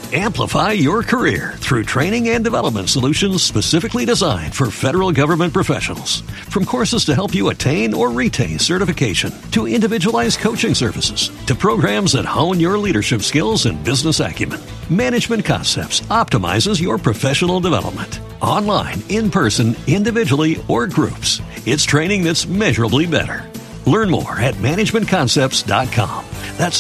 Amplify your career through training and development solutions specifically designed for federal government professionals. From courses to help you attain or retain certification, to individualized coaching services, to programs that hone your leadership skills and business acumen, Management Concepts optimizes your professional development. Online, in person, individually, or groups, it's training that's measurably better. Learn more at managementconcepts.com. That's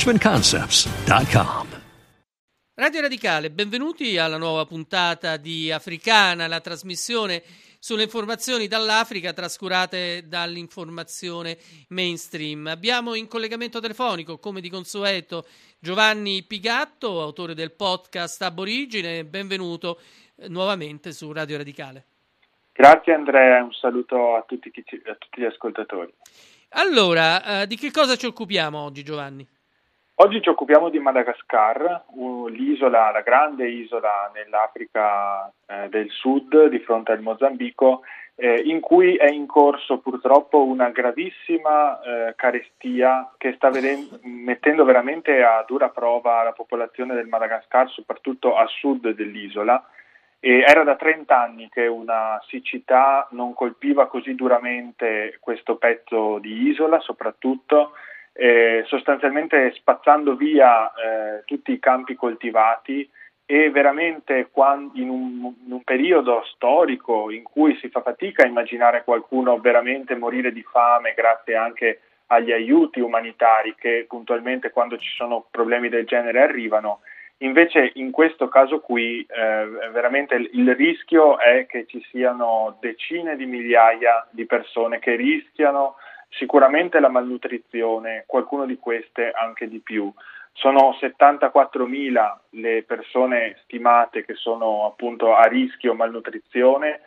managementconcepts.com. Radio Radicale, benvenuti alla nuova puntata di Africana, la trasmissione sulle informazioni dall'Africa trascurate dall'informazione mainstream. Abbiamo in collegamento telefonico, come di consueto, Giovanni Pigatto, autore del podcast Aborigine. Benvenuto nuovamente su Radio Radicale. Grazie Andrea, un saluto a tutti gli ascoltatori. Allora, di che cosa ci occupiamo oggi, Giovanni? Oggi ci occupiamo di Madagascar, l'isola, la grande isola nell'Africa del Sud, di fronte al Mozambico, in cui è in corso purtroppo una gravissima carestia che sta mettendo veramente a dura prova la popolazione del Madagascar, soprattutto a sud dell'isola. E era da 30 anni che una siccità non colpiva così duramente questo pezzo di isola, soprattutto sostanzialmente spazzando via tutti i campi coltivati, e veramente in un periodo storico in cui si fa fatica a immaginare qualcuno veramente morire di fame grazie anche agli aiuti umanitari che puntualmente quando ci sono problemi del genere arrivano. Invece in questo caso qui veramente il rischio è che ci siano decine di migliaia di persone che rischiano sicuramente la malnutrizione, qualcuno di queste anche di più. Sono 74.000 le persone stimate che sono appunto a rischio malnutrizione,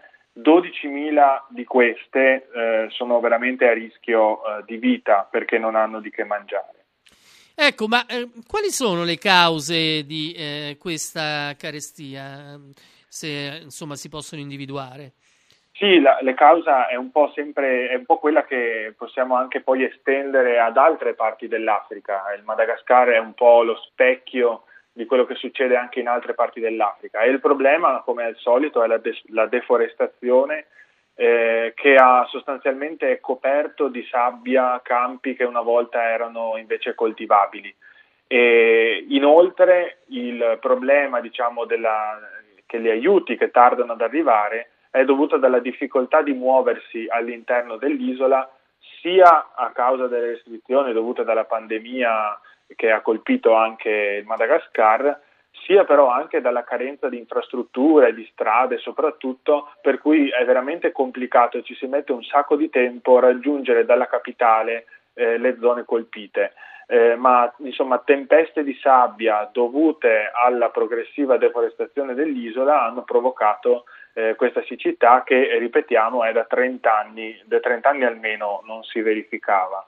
12.000 di queste sono veramente a rischio di vita perché non hanno di che mangiare. Ecco, ma quali sono le cause di questa carestia, se insomma si possono individuare? Sì, le causa è un po' quella che possiamo anche poi estendere ad altre parti dell'Africa. Il Madagascar è un po' lo specchio di quello che succede anche in altre parti dell'Africa, e il problema, come al solito, è la deforestazione che ha sostanzialmente coperto di sabbia campi che una volta erano invece coltivabili. E inoltre il problema, diciamo, che gli aiuti che tardano ad arrivare è dovuto dalla difficoltà di muoversi all'interno dell'isola, sia a causa delle restrizioni dovute dalla pandemia che ha colpito anche il Madagascar, sia però anche dalla carenza di infrastrutture, di strade soprattutto, per cui è veramente complicato e ci si mette un sacco di tempo a raggiungere dalla capitale le zone colpite. Ma insomma tempeste di sabbia dovute alla progressiva deforestazione dell'isola hanno provocato questa siccità che, ripetiamo, è da 30 anni almeno non si verificava.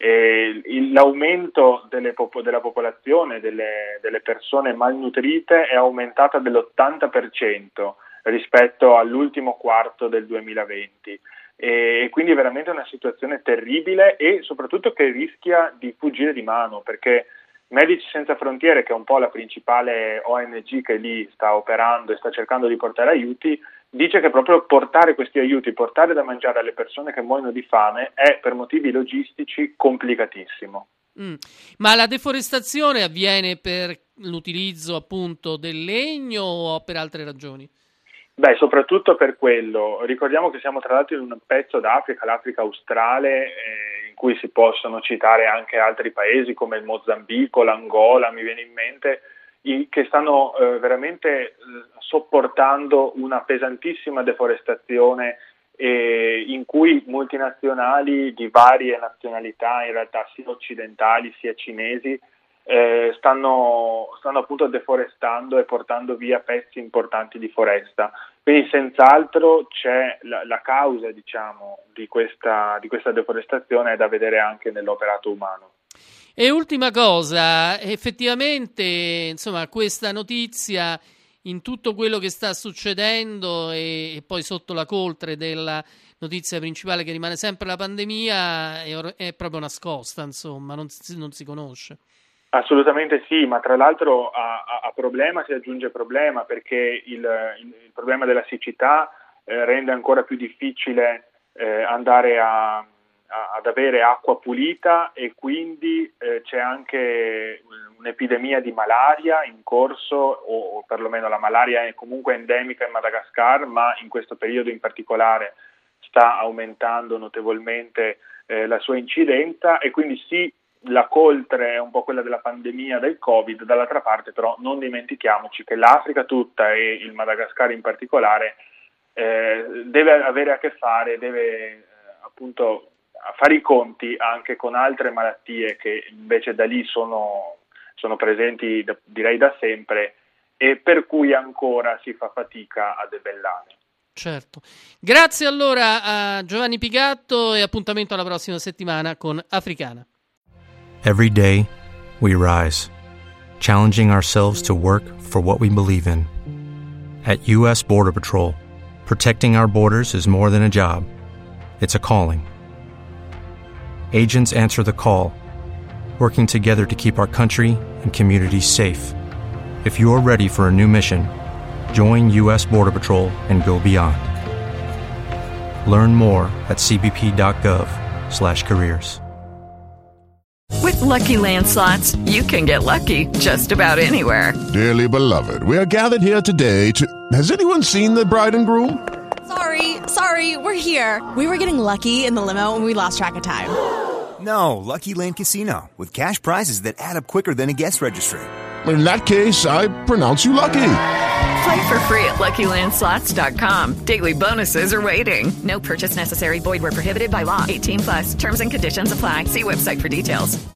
L'aumento della popolazione, delle persone malnutrite è aumentata dell'80% rispetto all'ultimo quarto del 2020. E quindi è veramente una situazione terribile e soprattutto che rischia di fuggire di mano, perché Medici Senza Frontiere, che è un po' la principale ONG che lì sta operando e sta cercando di portare aiuti, dice che proprio portare questi aiuti, portare da mangiare alle persone che muoiono di fame è per motivi logistici complicatissimo. Ma la deforestazione avviene per l'utilizzo appunto del legno o per altre ragioni? Beh, soprattutto per quello. Ricordiamo che siamo tra l'altro in un pezzo d'Africa, l'Africa australe, in cui si possono citare anche altri paesi come il Mozambico, l'Angola, mi viene in mente, che stanno veramente sopportando una pesantissima deforestazione in cui multinazionali di varie nazionalità, in realtà sia occidentali sia cinesi, stanno appunto deforestando e portando via pezzi importanti di foresta. Quindi senz'altro c'è la causa, diciamo, di questa deforestazione è da vedere anche nell'operato umano. E ultima cosa, effettivamente, insomma, questa notizia, in tutto quello che sta succedendo e poi sotto la coltre della notizia principale che rimane sempre la pandemia, è proprio nascosta, insomma, non si conosce. Assolutamente sì, ma tra l'altro a problema si aggiunge problema, perché il problema della siccità rende ancora più difficile andare ad avere acqua pulita, e quindi c'è anche un'epidemia di malaria in corso, o perlomeno la malaria è comunque endemica in Madagascar, ma in questo periodo in particolare sta aumentando notevolmente la sua incidenza, e quindi sì, la coltre è un po' quella della pandemia del Covid. Dall'altra parte però non dimentichiamoci che l'Africa tutta, e il Madagascar in particolare, deve avere a che fare, deve appunto fare i conti anche con altre malattie che invece da lì sono presenti direi da sempre, e per cui ancora si fa fatica a debellare. Certo. Grazie allora a Giovanni Pigatto, e appuntamento alla prossima settimana con Africana. Every day, we rise, challenging ourselves to work for what we believe in. At U.S. Border Patrol, protecting our borders is more than a job. It's a calling. Agents answer the call, working together to keep our country and communities safe. If you're ready for a new mission, join U.S. Border Patrol and go beyond. Learn more at cbp.gov/careers. With Lucky Land Slots, you can get lucky just about anywhere. Dearly beloved, we are gathered here today to... Has anyone seen the bride and groom? Sorry, we're here. We were getting lucky in the limo and we lost track of time. No, Lucky Land Casino, with cash prizes that add up quicker than a guest registry. In that case, I pronounce you lucky. Play for free at LuckyLandSlots.com. Daily bonuses are waiting. No purchase necessary. Void where prohibited by law. 18+. Terms and conditions apply. See website for details.